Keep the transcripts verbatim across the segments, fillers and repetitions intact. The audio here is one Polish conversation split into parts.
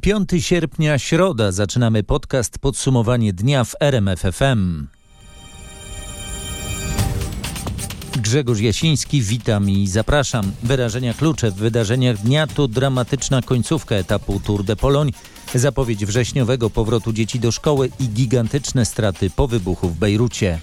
piątego sierpnia, środa. Zaczynamy podcast Podsumowanie dnia w R M F F M. Grzegorz Jasiński, witam i zapraszam. Wyrażenia klucze w wydarzeniach dnia to dramatyczna końcówka etapu Tour de Pologne, zapowiedź wrześniowego powrotu dzieci do szkoły i gigantyczne straty po wybuchu w Bejrucie.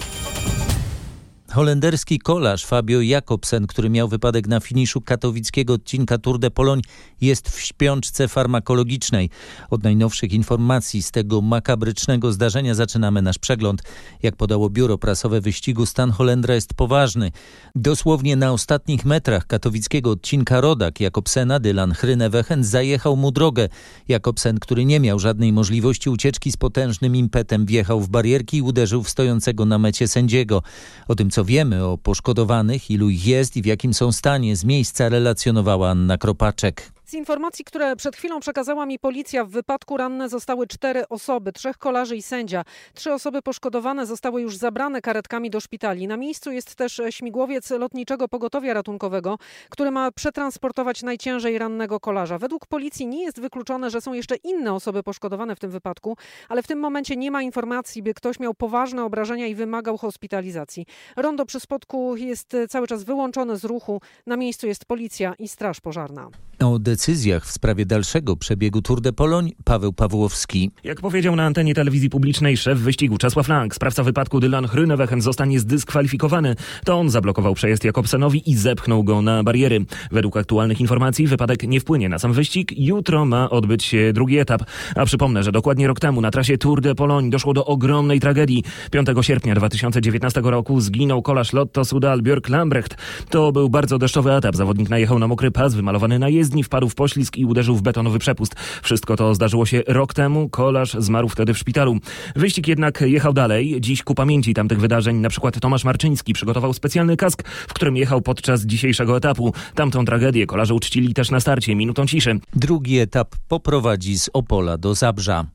Holenderski kolarz Fabio Jakobsen, który miał wypadek na finiszu katowickiego odcinka Tour de Pologne, jest w śpiączce farmakologicznej. Od najnowszych informacji z tego makabrycznego zdarzenia zaczynamy nasz przegląd. Jak podało biuro prasowe wyścigu, stan Holendra jest poważny. Dosłownie na ostatnich metrach katowickiego odcinka rodak Jakobsena Dylan Groenewegen zajechał mu drogę. Jakobsen, który nie miał żadnej możliwości ucieczki, z potężnym impetem wjechał w barierki i uderzył w stojącego na mecie sędziego. O tym, co wiemy o poszkodowanych, ilu ich jest i w jakim są stanie, z miejsca relacjonowała Anna Kropaczek. Z informacji, które przed chwilą przekazała mi policja, w wypadku ranne zostały cztery osoby, trzech kolarzy i sędzia. Trzy osoby poszkodowane zostały już zabrane karetkami do szpitali. Na miejscu jest też śmigłowiec Lotniczego Pogotowia Ratunkowego, który ma przetransportować najciężej rannego kolarza. Według policji nie jest wykluczone, że są jeszcze inne osoby poszkodowane w tym wypadku, ale w tym momencie nie ma informacji, by ktoś miał poważne obrażenia i wymagał hospitalizacji. Rondo przy spotku jest cały czas wyłączone z ruchu. Na miejscu jest policja i straż pożarna. O decyzjach w sprawie dalszego przebiegu Tour de Pologne Paweł Pawłowski. Jak powiedział na antenie telewizji publicznej szef wyścigu Czesław Lang, sprawca wypadku Dylan Groenewegen zostanie zdyskwalifikowany. To on zablokował przejazd Jakobsenowi i zepchnął go na bariery. Według aktualnych informacji wypadek nie wpłynie na sam wyścig. Jutro ma odbyć się drugi etap. A przypomnę, że dokładnie rok temu na trasie Tour de Pologne doszło do ogromnej tragedii. piątego sierpnia dwa tysiące dziewiętnastego roku zginął kolarz Lotto Soudal Björk Lambrecht. To był bardzo deszczowy etap. Zawodnik najechał na mokry pas wymalowany na jezdni, wpadł w poślizg i uderzył w betonowy przepust. Wszystko to zdarzyło się rok temu. Kolarz zmarł wtedy w szpitalu. Wyścig jednak jechał dalej. Dziś ku pamięci tamtych wydarzeń na przykład Tomasz Marczyński przygotował specjalny kask, w którym jechał podczas dzisiejszego etapu. Tamtą tragedię kolarze uczcili też na starcie minutą ciszy. Drugi etap poprowadzi z Opola do Zabrza.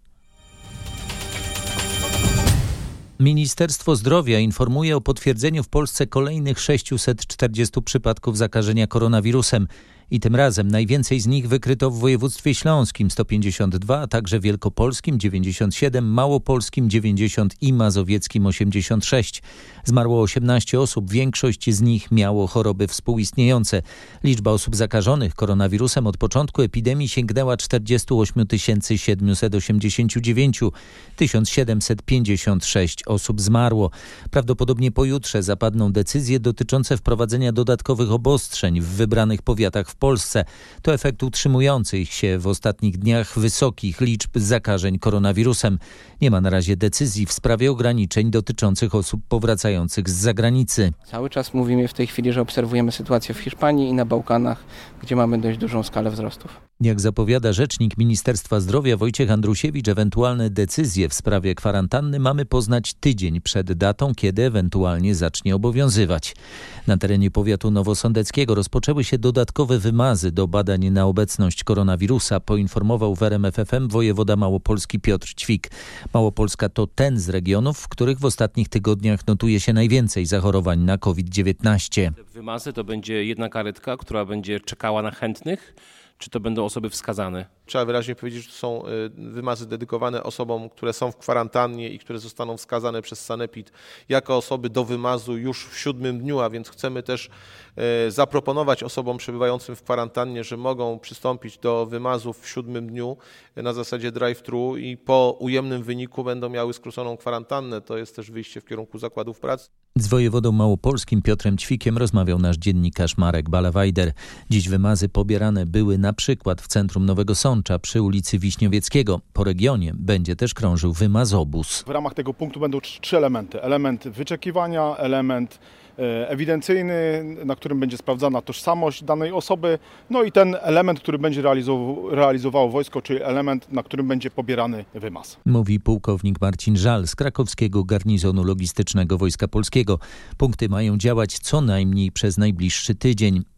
Ministerstwo Zdrowia informuje o potwierdzeniu w Polsce kolejnych sześciuset czterdziestu przypadków zakażenia koronawirusem. I tym razem najwięcej z nich wykryto w województwie śląskim sto pięćdziesiąt dwa, a także wielkopolskim dziewięćdziesiąt siedem, małopolskim dziewięćdziesiąt i mazowieckim osiemdziesiąt sześć. Zmarło osiemnaście osób, większość z nich miało choroby współistniejące. Liczba osób zakażonych koronawirusem od początku epidemii sięgnęła czterdzieści osiem tysięcy siedemset osiemdziesiąt dziewięć. tysiąc siedemset pięćdziesiąt sześć osób zmarło. Prawdopodobnie pojutrze zapadną decyzje dotyczące wprowadzenia dodatkowych obostrzeń w wybranych powiatach w W Polsce. To efekt utrzymujących się w ostatnich dniach wysokich liczb zakażeń koronawirusem. Nie ma na razie decyzji w sprawie ograniczeń dotyczących osób powracających z zagranicy. Cały czas mówimy w tej chwili, że obserwujemy sytuację w Hiszpanii i na Bałkanach, gdzie mamy dość dużą skalę wzrostów. Jak zapowiada rzecznik Ministerstwa Zdrowia Wojciech Andrusiewicz, ewentualne decyzje w sprawie kwarantanny mamy poznać tydzień przed datą, kiedy ewentualnie zacznie obowiązywać. Na terenie powiatu nowosądeckiego rozpoczęły się dodatkowe wymazy do badań na obecność koronawirusa, poinformował w R M F F M wojewoda małopolski Piotr Ćwik. Małopolska to ten z regionów, w których w ostatnich tygodniach notuje się najwięcej zachorowań na COVID dziewiętnaście. Wymazy to będzie jedna karetka, która będzie czekała na chętnych, czy to będą osoby wskazane? Trzeba wyraźnie powiedzieć, że to są wymazy dedykowane osobom, które są w kwarantannie i które zostaną wskazane przez sanepid jako osoby do wymazu już w siódmym dniu, a więc chcemy też zaproponować osobom przebywającym w kwarantannie, że mogą przystąpić do wymazów w siódmym dniu na zasadzie drive-thru i po ujemnym wyniku będą miały skróconą kwarantannę. To jest też wyjście w kierunku zakładów pracy. Z wojewodą małopolskim Piotrem Ćwikiem rozmawiał nasz dziennikarz Marek Balawajder. Dziś wymazy pobierane były na przykład w centrum Nowego Sącza przy ulicy Wiśniowieckiego. Po regionie będzie też krążył wymazobus. W ramach tego punktu będą trzy elementy. Element wyczekiwania, element ewidencyjny, na którym będzie sprawdzana tożsamość danej osoby, no i ten element, który będzie realizował, realizowało wojsko, czyli element, na którym będzie pobierany wymaz. Mówi pułkownik Marcin Żal z krakowskiego garnizonu logistycznego Wojska Polskiego. Punkty mają działać co najmniej przez najbliższy tydzień.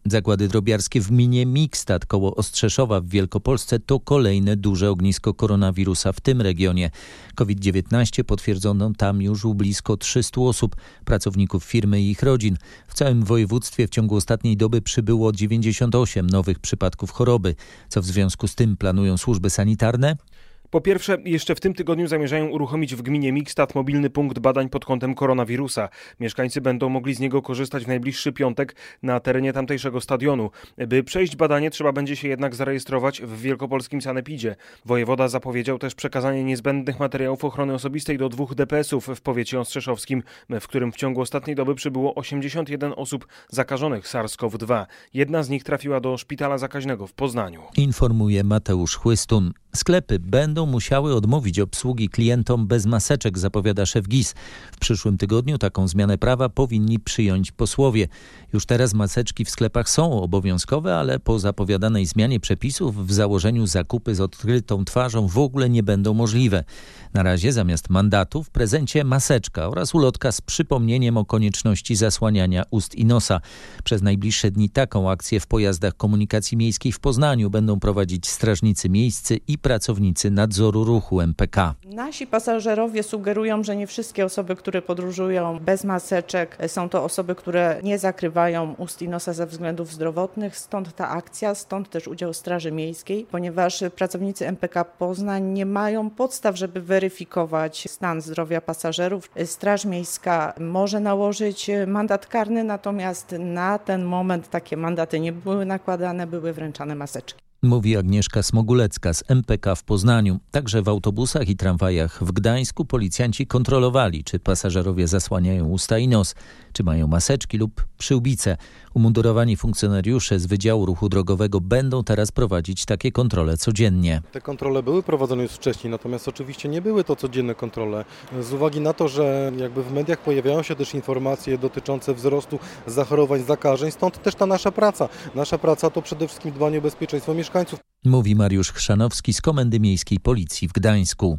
Zakłady drobiarskie w gminie Mikstad koło Ostrzeszowa w Wielkopolsce to kolejne duże ognisko koronawirusa w tym regionie. COVID dziewiętnaście potwierdzono tam już u blisko trzystu osób, pracowników firmy i ich rodzin. W całym województwie w ciągu ostatniej doby przybyło dziewięćdziesiąt osiem nowych przypadków choroby. Co w związku z tym planują służby sanitarne? Po pierwsze, jeszcze w tym tygodniu zamierzają uruchomić w gminie Mikstad mobilny punkt badań pod kątem koronawirusa. Mieszkańcy będą mogli z niego korzystać w najbliższy piątek na terenie tamtejszego stadionu. By przejść badanie, trzeba będzie się jednak zarejestrować w wielkopolskim sanepidzie. Wojewoda zapowiedział też przekazanie niezbędnych materiałów ochrony osobistej do dwóch D P S-ów w powiecie ostrzeszowskim, w którym w ciągu ostatniej doby przybyło osiemdziesiąt jeden osób zakażonych SARS-CoV dwa. Jedna z nich trafiła do szpitala zakaźnego w Poznaniu. Informuje Mateusz Chłystun. Sklepy będą musiały odmówić obsługi klientom bez maseczek, zapowiada szef G I S. W przyszłym tygodniu taką zmianę prawa powinni przyjąć posłowie. Już teraz maseczki w sklepach są obowiązkowe, ale po zapowiadanej zmianie przepisów w założeniu zakupy z odkrytą twarzą w ogóle nie będą możliwe. Na razie zamiast mandatu w prezencie maseczka oraz ulotka z przypomnieniem o konieczności zasłaniania ust i nosa. Przez najbliższe dni taką akcję w pojazdach komunikacji miejskiej w Poznaniu będą prowadzić strażnicy miejscy i pracownicy nadzoru ruchu M P K. Nasi pasażerowie sugerują, że nie wszystkie osoby, które podróżują bez maseczek, są to osoby, które nie zakrywają ust i nosa ze względów zdrowotnych. Stąd ta akcja, stąd też udział Straży Miejskiej, ponieważ pracownicy M P K Poznań nie mają podstaw, żeby weryfikować stan zdrowia pasażerów. Straż Miejska może nałożyć mandat karny, natomiast na ten moment takie mandaty nie były nakładane, były wręczane maseczki. Mówi Agnieszka Smogulecka z M P K w Poznaniu. Także w autobusach i tramwajach w Gdańsku policjanci kontrolowali, czy pasażerowie zasłaniają usta i nos, czy mają maseczki lub przyłbice. Umundurowani funkcjonariusze z Wydziału Ruchu Drogowego będą teraz prowadzić takie kontrole codziennie. Te kontrole były prowadzone już wcześniej, natomiast oczywiście nie były to codzienne kontrole. Z uwagi na to, że jakby w mediach pojawiają się też informacje dotyczące wzrostu zachorowań, zakażeń, stąd też ta nasza praca. Nasza praca to przede wszystkim dbanie o bezpieczeństwo mieszkańców. Mówi Mariusz Chrzanowski z Komendy Miejskiej Policji w Gdańsku.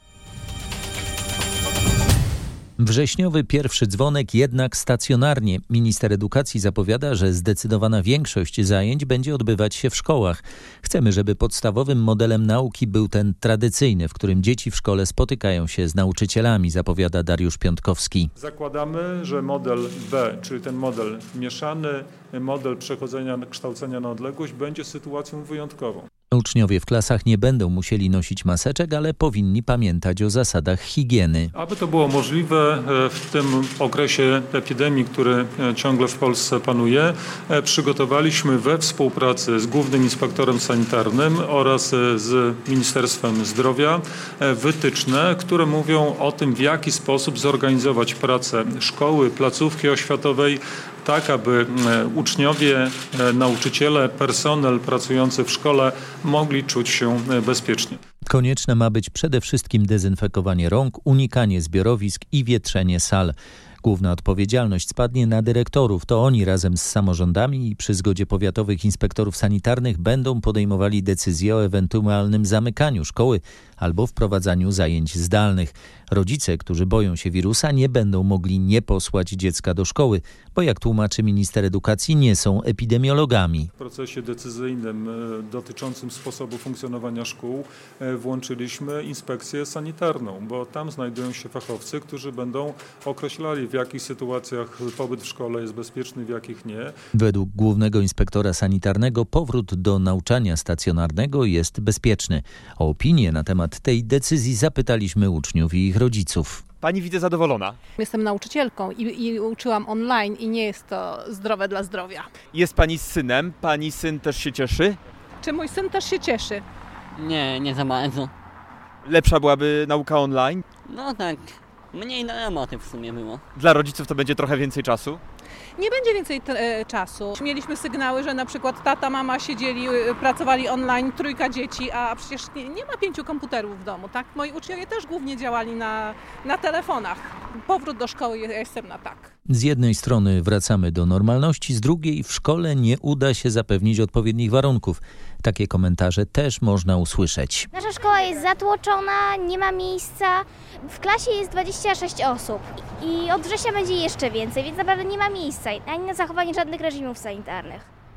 Wrześniowy pierwszy dzwonek jednak stacjonarnie. Minister edukacji zapowiada, że zdecydowana większość zajęć będzie odbywać się w szkołach. Chcemy, żeby podstawowym modelem nauki był ten tradycyjny, w którym dzieci w szkole spotykają się z nauczycielami, zapowiada Dariusz Piątkowski. Zakładamy, że model B, czyli ten model mieszany, model przechodzenia kształcenia na odległość będzie sytuacją wyjątkową. Uczniowie w klasach nie będą musieli nosić maseczek, ale powinni pamiętać o zasadach higieny. Aby to było możliwe w tym okresie epidemii, który ciągle w Polsce panuje, przygotowaliśmy we współpracy z Głównym Inspektorem Sanitarnym oraz z Ministerstwem Zdrowia wytyczne, które mówią o tym, w jaki sposób zorganizować pracę szkoły, placówki oświatowej, tak aby uczniowie, nauczyciele, personel pracujący w szkole mogli czuć się bezpiecznie. Konieczne ma być przede wszystkim dezynfekowanie rąk, unikanie zbiorowisk i wietrzenie sal. Główna odpowiedzialność spadnie na dyrektorów. To oni razem z samorządami i przy zgodzie powiatowych inspektorów sanitarnych będą podejmowali decyzje o ewentualnym zamykaniu szkoły albo wprowadzaniu zajęć zdalnych. Rodzice, którzy boją się wirusa, nie będą mogli nie posłać dziecka do szkoły, bo jak tłumaczy minister edukacji, nie są epidemiologami. W procesie decyzyjnym dotyczącym sposobu funkcjonowania szkół włączyliśmy inspekcję sanitarną, bo tam znajdują się fachowcy, którzy będą określali, w jakich sytuacjach pobyt w szkole jest bezpieczny, w jakich nie. Według głównego inspektora sanitarnego powrót do nauczania stacjonarnego jest bezpieczny. O opinię na temat tej decyzji zapytaliśmy uczniów i ich rodziców. Pani widzę zadowolona. Jestem nauczycielką i, i uczyłam online i nie jest to zdrowe dla zdrowia. Jest pani z synem? Pani syn też się cieszy? Czy mój syn też się cieszy? Nie, nie za bardzo. Lepsza byłaby nauka online? No tak, mniej na roboty w sumie było. Dla rodziców to będzie trochę więcej czasu? Nie będzie więcej t- czasu. Mieliśmy sygnały, że na przykład tata, mama siedzieli, pracowali online, trójka dzieci, a przecież nie, nie ma pięciu komputerów w domu, tak? Moi uczniowie też głównie działali na, na telefonach. Powrót do szkoły, ja jestem na tak. Z jednej strony wracamy do normalności, z drugiej w szkole nie uda się zapewnić odpowiednich warunków. Takie komentarze też można usłyszeć. Nasza szkoła jest zatłoczona, nie ma miejsca. W klasie jest dwadzieścia sześć osób i od września będzie jeszcze więcej, więc naprawdę nie ma miejsca ani na zachowanie żadnych reżimów sanitarnych.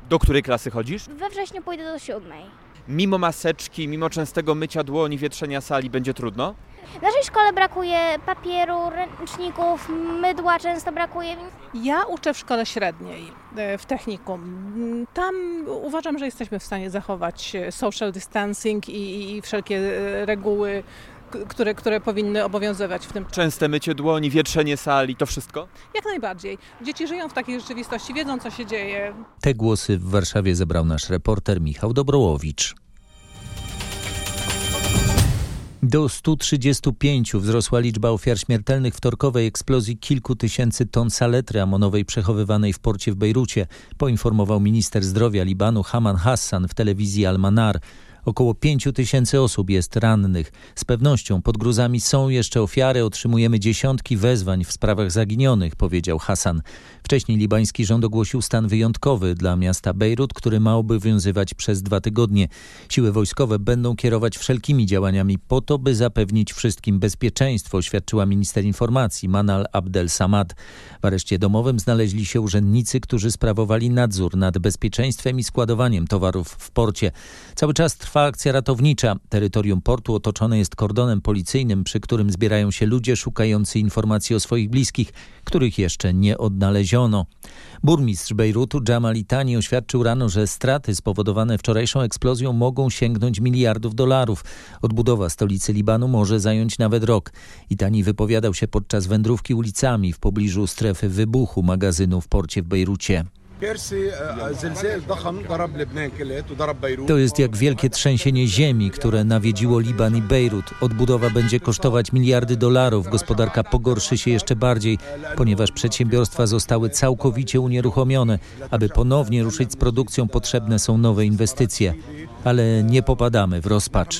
Do której klasy chodzisz? We wrześniu pójdę do siódmej. Mimo maseczki, mimo częstego mycia dłoni, wietrzenia sali będzie trudno? W naszej szkole brakuje papieru, ręczników, mydła często brakuje. Ja uczę w szkole średniej, w technikum. Tam uważam, że jesteśmy w stanie zachować social distancing i, i wszelkie reguły, które, które powinny obowiązywać w tym. Częste mycie dłoni, wietrzenie sali, to wszystko? Jak najbardziej. Dzieci żyją w takiej rzeczywistości, wiedzą, co się dzieje. Te głosy w Warszawie zebrał nasz reporter Michał Dobrołowicz. Do stu trzydziestu pięciu wzrosła liczba ofiar śmiertelnych wtorkowej eksplozji kilku tysięcy ton saletry amonowej przechowywanej w porcie w Bejrucie, poinformował minister zdrowia Libanu Haman Hassan w telewizji Al-Manar. Około pięciu tysięcy osób jest rannych. Z pewnością pod gruzami są jeszcze ofiary. Otrzymujemy dziesiątki wezwań w sprawach zaginionych, powiedział Hassan. Wcześniej libański rząd ogłosił stan wyjątkowy dla miasta Bejrut, który ma obowiązywać przez dwa tygodnie. Siły wojskowe będą kierować wszelkimi działaniami po to, by zapewnić wszystkim bezpieczeństwo, oświadczyła minister informacji Manal Abdel Samad. W areszcie domowym znaleźli się urzędnicy, którzy sprawowali nadzór nad bezpieczeństwem i składowaniem towarów w porcie. Cały czas trwa Trwa akcja ratownicza. Terytorium portu otoczone jest kordonem policyjnym, przy którym zbierają się ludzie szukający informacji o swoich bliskich, których jeszcze nie odnaleziono. Burmistrz Bejrutu Jamal Itani oświadczył rano, że straty spowodowane wczorajszą eksplozją mogą sięgnąć miliardów dolarów. Odbudowa stolicy Libanu może zająć nawet rok. Itani wypowiadał się podczas wędrówki ulicami w pobliżu strefy wybuchu magazynu w porcie w Bejrucie. To jest jak wielkie trzęsienie ziemi, które nawiedziło Liban i Bejrut. Odbudowa będzie kosztować miliardy dolarów. Gospodarka pogorszy się jeszcze bardziej, ponieważ przedsiębiorstwa zostały całkowicie unieruchomione. Aby ponownie ruszyć z produkcją, potrzebne są nowe inwestycje. Ale nie popadamy w rozpacz,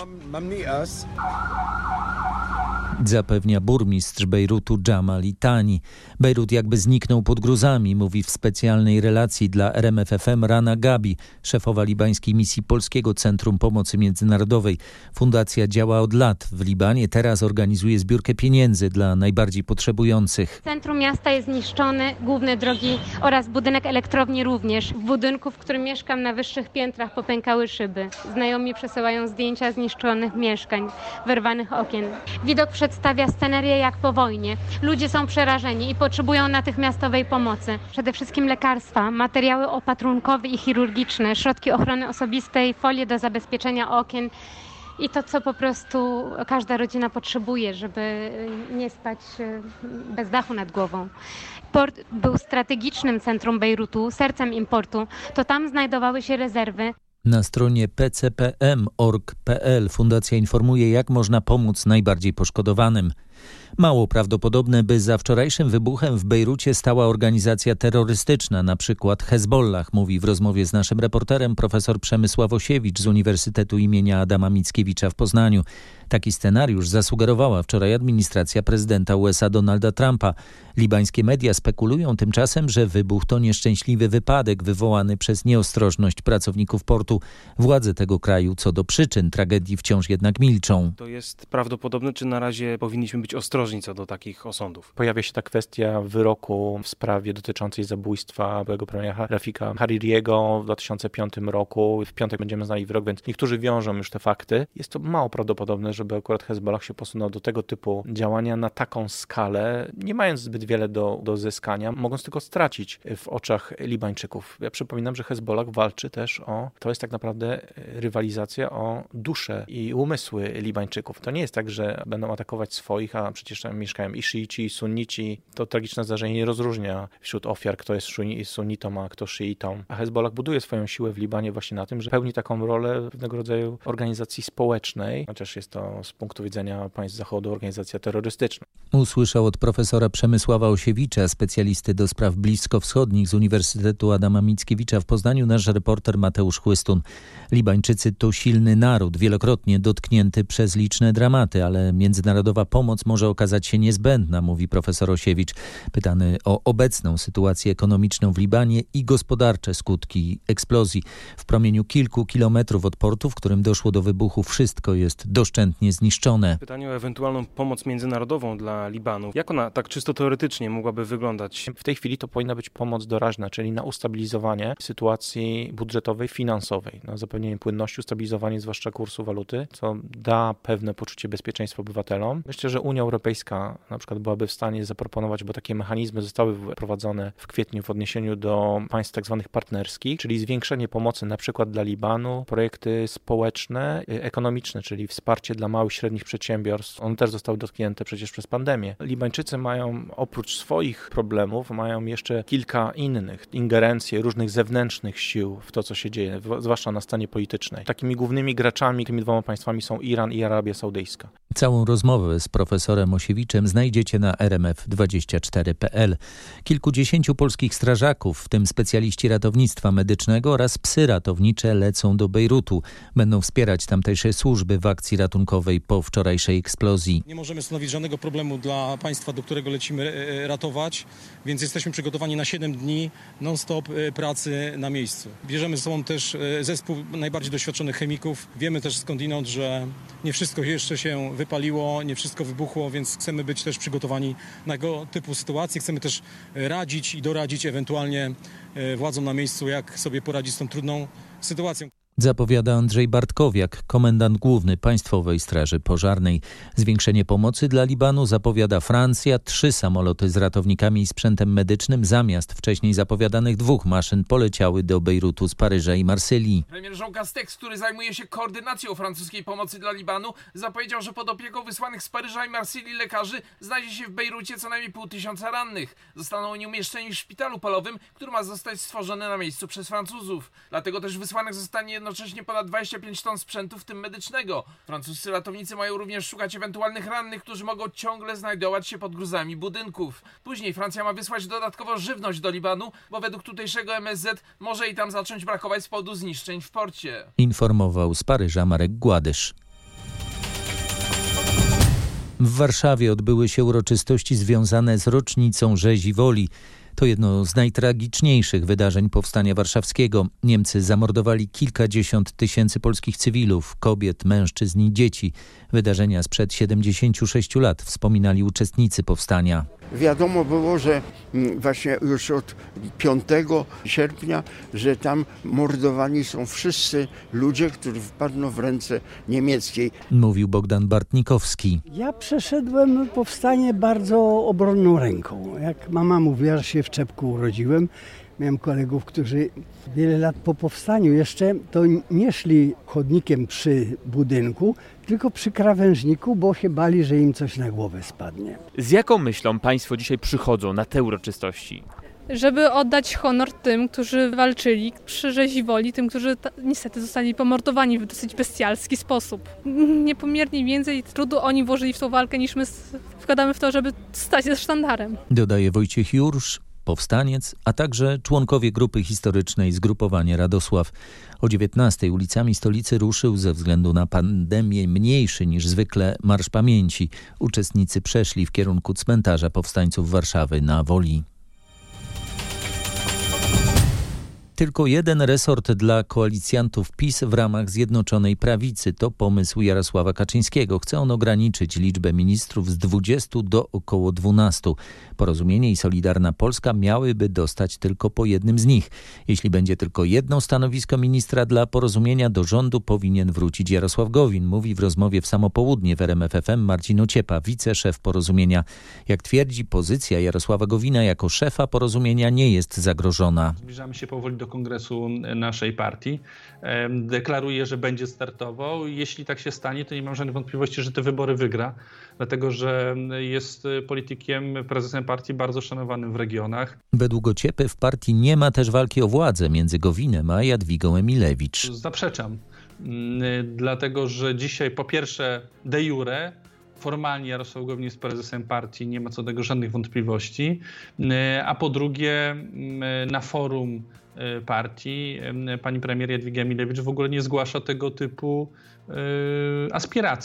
zapewnia burmistrz Bejrutu Jamal Itani. Bejrut jakby zniknął pod gruzami, mówi w specjalnej relacji dla R M F F M Rana Gabi, szefowa libańskiej misji Polskiego Centrum Pomocy Międzynarodowej. Fundacja działa od lat w Libanie, teraz organizuje zbiórkę pieniędzy dla najbardziej potrzebujących. Centrum miasta jest zniszczone, główne drogi oraz budynek elektrowni również. W budynku, w którym mieszkam, na wyższych piętrach popękały szyby. Znajomi przesyłają zdjęcia zniszczonych mieszkań, wyrwanych okien. Widok przedstawia scenerię jak po wojnie. Ludzie są przerażeni i potrzebują natychmiastowej pomocy. Przede wszystkim lekarstwa, materiały opatrunkowe i chirurgiczne, środki ochrony osobistej, folie do zabezpieczenia okien i to, co po prostu każda rodzina potrzebuje, żeby nie spać bez dachu nad głową. Port był strategicznym centrum Bejrutu, sercem importu. To tam znajdowały się rezerwy. Na stronie p c p m kropka org kropka p l fundacja informuje, jak można pomóc najbardziej poszkodowanym. Mało prawdopodobne, by za wczorajszym wybuchem w Bejrucie stała organizacja terrorystyczna, na przykład Hezbollah, mówi w rozmowie z naszym reporterem profesor Przemysław Osiewicz z Uniwersytetu imienia Adama Mickiewicza w Poznaniu. Taki scenariusz zasugerowała wczoraj administracja prezydenta U S A Donalda Trumpa. Libańskie media spekulują tymczasem, że wybuch to nieszczęśliwy wypadek wywołany przez nieostrożność pracowników portu. Władze tego kraju co do przyczyn tragedii wciąż jednak milczą. To jest prawdopodobne, czy na razie powinniśmy być ostrożni co do takich osądów? Pojawia się ta kwestia wyroku w sprawie dotyczącej zabójstwa byłego premiera Rafika Haririego w dwa tysiące piątym roku. W piątek będziemy znali wyrok, więc niektórzy wiążą już te fakty. Jest to mało prawdopodobne, żeby akurat Hezbollah się posunął do tego typu działania na taką skalę, nie mając zbyt wiele do, do zyskania, mogąc tylko stracić w oczach Libańczyków. Ja przypominam, że Hezbollah walczy też o, to jest tak naprawdę rywalizacja o duszę i umysły Libańczyków. To nie jest tak, że będą atakować swoich, a przecież tam mieszkają i szyici, i sunnici. To tragiczne zdarzenie nie rozróżnia wśród ofiar, kto jest sunnitą, a kto szyitą. A Hezbollah buduje swoją siłę w Libanie właśnie na tym, że pełni taką rolę pewnego rodzaju organizacji społecznej, chociaż jest to z punktu widzenia państw Zachodu organizacja terrorystyczna. Usłyszał od profesora Przemysława Osiewicza, specjalisty do spraw bliskowschodnich z Uniwersytetu Adama Mickiewicza w Poznaniu, nasz reporter Mateusz Chłystun. Libańczycy to silny naród, wielokrotnie dotknięty przez liczne dramaty, ale międzynarodowa pomoc pomoc może okazać się niezbędna, mówi profesor Osiewicz. Pytany o obecną sytuację ekonomiczną w Libanie i gospodarcze skutki eksplozji. W promieniu kilku kilometrów od portu, w którym doszło do wybuchu, wszystko jest doszczętnie zniszczone. Pytanie o ewentualną pomoc międzynarodową dla Libanu. Jak ona tak czysto teoretycznie mogłaby wyglądać? W tej chwili to powinna być pomoc doraźna, czyli na ustabilizowanie sytuacji budżetowej, finansowej, na zapewnienie płynności, ustabilizowanie zwłaszcza kursu waluty, co da pewne poczucie bezpieczeństwa obywatelom. Myślę, że Unia Europejska na przykład byłaby w stanie zaproponować, bo takie mechanizmy zostały wprowadzone w kwietniu w odniesieniu do państw tak zwanych partnerskich, czyli zwiększenie pomocy na przykład dla Libanu, projekty społeczne, ekonomiczne, czyli wsparcie dla małych, średnich przedsiębiorstw. One też zostały dotknięte przecież przez pandemię. Libańczycy mają oprócz swoich problemów, mają jeszcze kilka innych, ingerencje różnych zewnętrznych sił w to, co się dzieje, zwłaszcza na scenie politycznej. Takimi głównymi graczami tymi dwoma państwami są Iran i Arabia Saudyjska. Całą rozmowę z profesorem Osiewiczem znajdziecie na er em ef dwadzieścia cztery kropka pe el. Kilkudziesięciu polskich strażaków, w tym specjaliści ratownictwa medycznego oraz psy ratownicze lecą do Bejrutu. Będą wspierać tamtejsze służby w akcji ratunkowej po wczorajszej eksplozji. Nie możemy stanowić żadnego problemu dla państwa, do którego lecimy ratować, więc jesteśmy przygotowani na siedem dni non-stop pracy na miejscu. Bierzemy ze sobą też zespół najbardziej doświadczonych chemików. Wiemy też skądinąd, że nie wszystko jeszcze się wypaliło, nie wszystko wybuchło, więc chcemy być też przygotowani na tego typu sytuacje. Chcemy też radzić i doradzić ewentualnie władzom na miejscu, jak sobie poradzić z tą trudną sytuacją. Zapowiada Andrzej Bartkowiak, komendant główny Państwowej Straży Pożarnej. Zwiększenie pomocy dla Libanu zapowiada Francja. Trzy samoloty z ratownikami i sprzętem medycznym zamiast wcześniej zapowiadanych dwóch maszyn poleciały do Bejrutu z Paryża i Marsylii. Premier Jean Castex, który zajmuje się koordynacją francuskiej pomocy dla Libanu, zapowiedział, że pod opieką wysłanych z Paryża i Marsylii lekarzy znajdzie się w Bejrucie co najmniej pół tysiąca rannych. Zostaną oni umieszczeni w szpitalu polowym, który ma zostać stworzony na miejscu przez Francuzów. Dlatego też wysłanych zostanie jednocześnie ponad dwadzieścia pięć ton sprzętu, w tym medycznego. Francuscy ratownicy mają również szukać ewentualnych rannych, którzy mogą ciągle znajdować się pod gruzami budynków. Później Francja ma wysłać dodatkowo żywność do Libanu, bo według tutejszego em es zet może i tam zacząć brakować z powodu zniszczeń w porcie. Informował z Paryża Marek Gładysz. W Warszawie odbyły się uroczystości związane z rocznicą Rzezi Woli. To jedno z najtragiczniejszych wydarzeń powstania warszawskiego. Niemcy zamordowali kilkadziesiąt tysięcy polskich cywilów, kobiet, mężczyzn i dzieci. Wydarzenia sprzed siedemdziesięciu sześciu lat wspominali uczestnicy powstania. Wiadomo było, że właśnie już od piątego sierpnia, że tam mordowani są wszyscy ludzie, którzy wpadną w ręce niemieckiej. Mówił Bogdan Bartnikowski. Ja przeszedłem powstanie bardzo obronną ręką. Jak mama mówiła, że się w Czepku urodziłem, miałem kolegów, którzy wiele lat po powstaniu jeszcze to nie szli chodnikiem przy budynku, tylko przy krawężniku, bo się bali, że im coś na głowę spadnie. Z jaką myślą państwo dzisiaj przychodzą na te uroczystości? Żeby oddać honor tym, którzy walczyli przy Rzezi Woli, tym, którzy ta, niestety zostali pomordowani w dosyć bestialski sposób. Niepomiernie więcej trudu oni włożyli w tą walkę, niż my wkładamy w to, żeby stać ze sztandarem. Dodaje Wojciech Jursz, powstaniec, a także członkowie grupy historycznej Zgrupowanie Radosław. O dziewiętnastej ulicami stolicy ruszył ze względu na pandemię mniejszy niż zwykle Marsz Pamięci. Uczestnicy przeszli w kierunku cmentarza powstańców Warszawy na Woli. Tylko jeden resort dla koalicjantów PiS w ramach Zjednoczonej Prawicy. To pomysł Jarosława Kaczyńskiego. Chce on ograniczyć liczbę ministrów z dwudziestu do około dwunastu. Porozumienie i Solidarna Polska miałyby dostać tylko po jednym z nich. Jeśli będzie tylko jedno stanowisko ministra dla Porozumienia, do rządu powinien wrócić Jarosław Gowin, mówi w rozmowie w Samo Południe w R M F F M Marcin Ociepa, wiceszef Porozumienia. Jak twierdzi, pozycja Jarosława Gowina jako szefa Porozumienia nie jest zagrożona. Zbliżamy się powoli do kongresu naszej partii. Deklaruje, że będzie startował. Jeśli tak się stanie, to nie mam żadnych wątpliwości, że te wybory wygra, dlatego że jest politykiem, prezesem partii bardzo szanowanym w regionach. Według Ociepy w partii nie ma też walki o władzę między Gowinem a Jadwigą Emilewicz. Zaprzeczam, dlatego że dzisiaj po pierwsze de jure formalnie Jarosław Gowin jest prezesem partii, nie ma co do tego żadnych wątpliwości, a po drugie na forum partii pani premier Jadwiga Emilewicz w ogóle nie zgłasza tego typu aspiracji.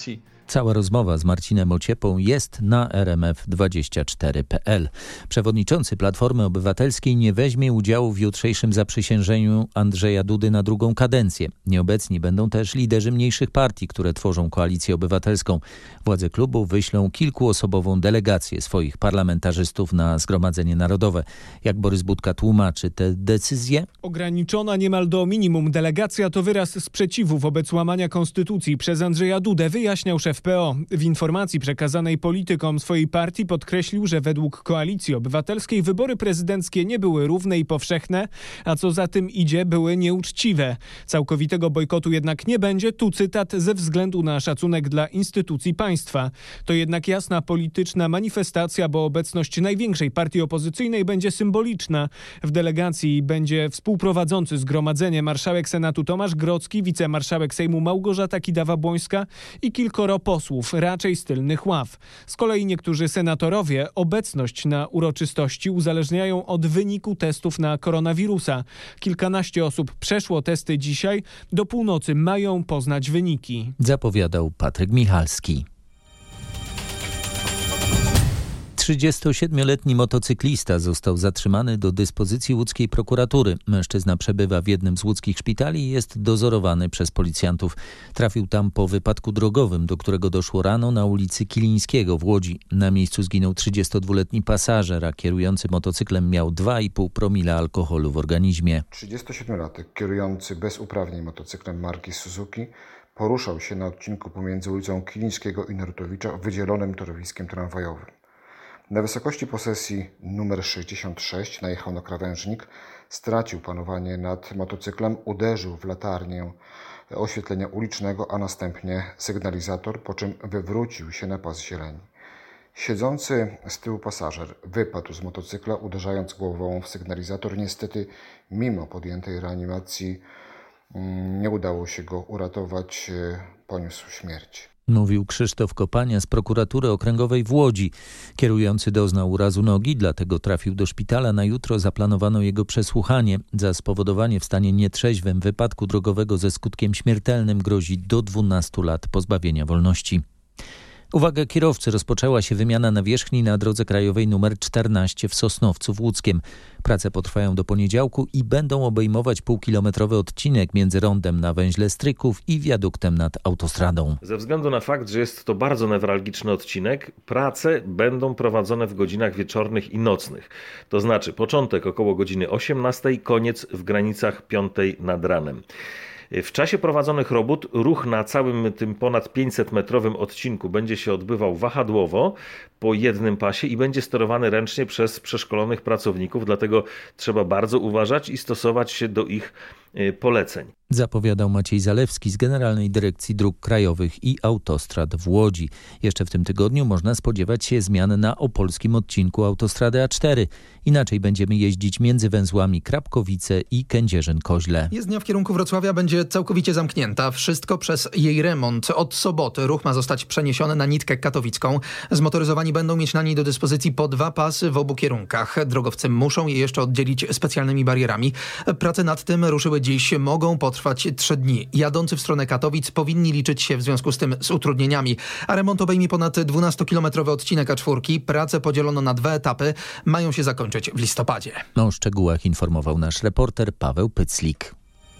Cała rozmowa z Marcinem Ociepą jest na r m f dwadzieścia cztery kropka p l. Przewodniczący Platformy Obywatelskiej nie weźmie udziału w jutrzejszym zaprzysiężeniu Andrzeja Dudy na drugą kadencję. Nieobecni będą też liderzy mniejszych partii, które tworzą Koalicję Obywatelską. Władze klubu wyślą kilkuosobową delegację swoich parlamentarzystów na Zgromadzenie Narodowe. Jak Borys Budka tłumaczy tę decyzję? Ograniczona niemal do minimum delegacja to wyraz sprzeciwu wobec łamania konstytucji przez Andrzeja Dudę, wyjaśniał szef P O. W informacji przekazanej politykom swojej partii podkreślił, że według Koalicji Obywatelskiej wybory prezydenckie nie były równe i powszechne, a co za tym idzie, były nieuczciwe. Całkowitego bojkotu jednak nie będzie, tu cytat, ze względu na szacunek dla instytucji państwa. To jednak jasna polityczna manifestacja, bo obecność największej partii opozycyjnej będzie symboliczna. W delegacji będzie współprowadzący zgromadzenie marszałek Senatu Tomasz Grodzki, wicemarszałek Sejmu Małgorzata Kidawa-Błońska i kilkoro posłów, raczej z tylnych ław. Z kolei niektórzy senatorowie obecność na uroczystości uzależniają od wyniku testów na koronawirusa. Kilkanaście osób przeszło testy dzisiaj, do północy mają poznać wyniki. Zapowiadał Patryk Michalski. trzydziestosiedmioletni motocyklista został zatrzymany do dyspozycji łódzkiej prokuratury. Mężczyzna przebywa w jednym z łódzkich szpitali i jest dozorowany przez policjantów. Trafił tam po wypadku drogowym, do którego doszło rano na ulicy Kilińskiego w Łodzi. Na miejscu zginął trzydziestodwuletni pasażer, a kierujący motocyklem miał dwa i pół promila alkoholu w organizmie. trzydziestosiedmiolatek kierujący bez uprawnień motocyklem marki Suzuki poruszał się na odcinku pomiędzy ulicą Kilińskiego i Narutowicza wydzielonym torowiskiem tramwajowym. Na wysokości posesji numer sześćdziesiąt sześć najechał na krawężnik, stracił panowanie nad motocyklem, uderzył w latarnię oświetlenia ulicznego, a następnie sygnalizator, po czym wywrócił się na pas zieleni. Siedzący z tyłu pasażer wypadł z motocykla, uderzając głową w sygnalizator. Niestety, mimo podjętej reanimacji, nie udało się go uratować, poniósł śmierć. Mówił Krzysztof Kopania z prokuratury okręgowej w Łodzi. Kierujący doznał urazu nogi, dlatego trafił do szpitala. Na jutro zaplanowano jego przesłuchanie. Za spowodowanie w stanie nietrzeźwym wypadku drogowego ze skutkiem śmiertelnym grozi do dwunastu lat pozbawienia wolności. Uwaga kierowcy, rozpoczęła się wymiana nawierzchni na drodze krajowej nr czternaście w Sosnowcu w Łódzkiem. Prace potrwają do poniedziałku i będą obejmować półkilometrowy odcinek między rondem na węźle Stryków i wiaduktem nad autostradą. Ze względu na fakt, że jest to bardzo newralgiczny odcinek, prace będą prowadzone w godzinach wieczornych i nocnych. To znaczy początek około godziny osiemnastej, koniec w granicach piątej nad ranem. W czasie prowadzonych robót ruch na całym tym ponad pięćsetmetrowym odcinku będzie się odbywał wahadłowo po jednym pasie i będzie sterowany ręcznie przez przeszkolonych pracowników, dlatego trzeba bardzo uważać i stosować się do ich poleceń. Zapowiadał Maciej Zalewski z Generalnej Dyrekcji Dróg Krajowych i Autostrad w Łodzi. Jeszcze w tym tygodniu można spodziewać się zmian na opolskim odcinku autostrady A cztery. Inaczej będziemy jeździć między węzłami Krapkowice i Kędzierzyn-Koźle. Jezdnia w kierunku Wrocławia będzie całkowicie zamknięta. Wszystko przez jej remont. Od soboty ruch ma zostać przeniesiony na nitkę katowicką. Zmotoryzowani będą mieć na niej do dyspozycji po dwa pasy w obu kierunkach. Drogowcy muszą je jeszcze oddzielić specjalnymi barierami. Prace nad tym ruszyły dziś, mogą potrwać trzy dni. Jadący w stronę Katowic powinni liczyć się w związku z tym z utrudnieniami. A remont obejmie ponad dwunastokilometrowy odcinek A cztery. Prace podzielono na dwa etapy. Mają się zakończyć w listopadzie. O szczegółach informował nasz reporter Paweł Pyclik.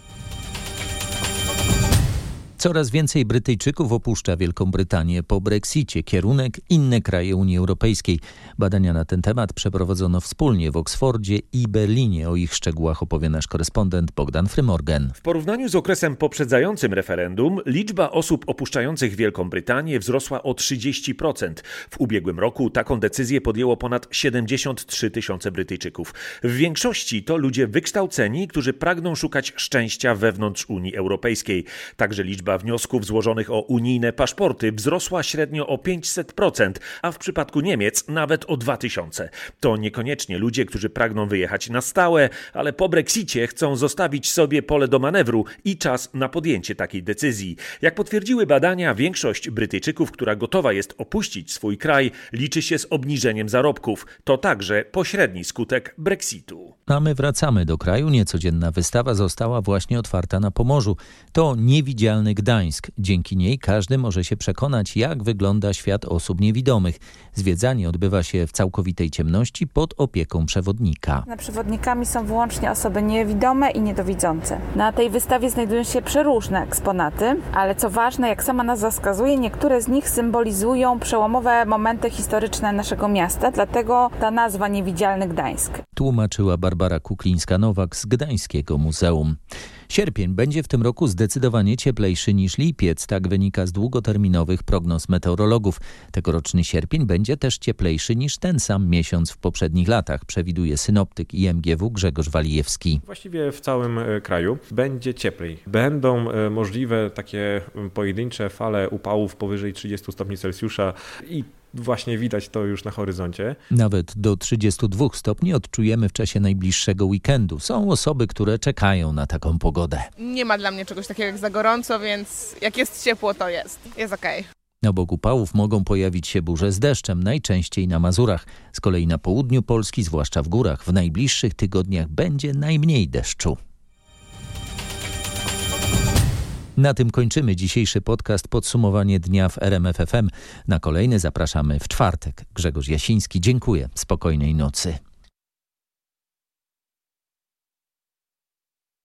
Coraz więcej Brytyjczyków opuszcza Wielką Brytanię po Brexicie. Kierunek inne kraje Unii Europejskiej. Badania na ten temat przeprowadzono wspólnie w Oksfordzie i Berlinie. O ich szczegółach opowie nasz korespondent Bogdan Frymorgan. W porównaniu z okresem poprzedzającym referendum liczba osób opuszczających Wielką Brytanię wzrosła o trzydzieści procent. W ubiegłym roku taką decyzję podjęło ponad siedemdziesiąt trzy tysiące Brytyjczyków. W większości to ludzie wykształceni, którzy pragną szukać szczęścia wewnątrz Unii Europejskiej. Także liczba wniosków złożonych o unijne paszporty wzrosła średnio o pięćset procent, a w przypadku Niemiec nawet o dwa tysiące. To niekoniecznie ludzie, którzy pragną wyjechać na stałe, ale po Brexicie chcą zostawić sobie pole do manewru i czas na podjęcie takiej decyzji. Jak potwierdziły badania, większość Brytyjczyków, która gotowa jest opuścić swój kraj, liczy się z obniżeniem zarobków. To także pośredni skutek Brexitu. A my wracamy do kraju. Niecodzienna wystawa została właśnie otwarta na Pomorzu. To niewidzialny Gdańsk. Dzięki niej każdy może się przekonać, jak wygląda świat osób niewidomych. Zwiedzanie odbywa się w całkowitej ciemności pod opieką przewodnika. Przewodnikami są wyłącznie osoby niewidome i niedowidzące. Na tej wystawie znajdują się przeróżne eksponaty, ale co ważne, jak sama nazwa wskazuje, niektóre z nich symbolizują przełomowe momenty historyczne naszego miasta, dlatego ta nazwa Niewidzialny Gdańsk. Tłumaczyła Barbara Kuklińska-Nowak z Gdańskiego Muzeum. Sierpień będzie w tym roku zdecydowanie cieplejszy niż lipiec, tak wynika z długoterminowych prognoz meteorologów. Tegoroczny sierpień będzie też cieplejszy niż ten sam miesiąc w poprzednich latach, przewiduje synoptyk I M G W Grzegorz Walijewski. Właściwie w całym kraju będzie cieplej. Będą możliwe takie pojedyncze fale upałów powyżej trzydziestu stopni Celsjusza i właśnie widać to już na horyzoncie. Nawet do trzydziestu dwóch stopni odczujemy w czasie najbliższego weekendu. Są osoby, które czekają na taką pogodę. Nie ma dla mnie czegoś takiego jak za gorąco, więc jak jest ciepło, to jest. Jest okej. Obok upałów mogą pojawić się burze z deszczem, najczęściej na Mazurach. Z kolei na południu Polski, zwłaszcza w górach, w najbliższych tygodniach będzie najmniej deszczu. Na tym kończymy dzisiejszy podcast Podsumowanie dnia w R M F F M. Na kolejny zapraszamy w czwartek. Grzegorz Jasiński, dziękuję. Spokojnej nocy.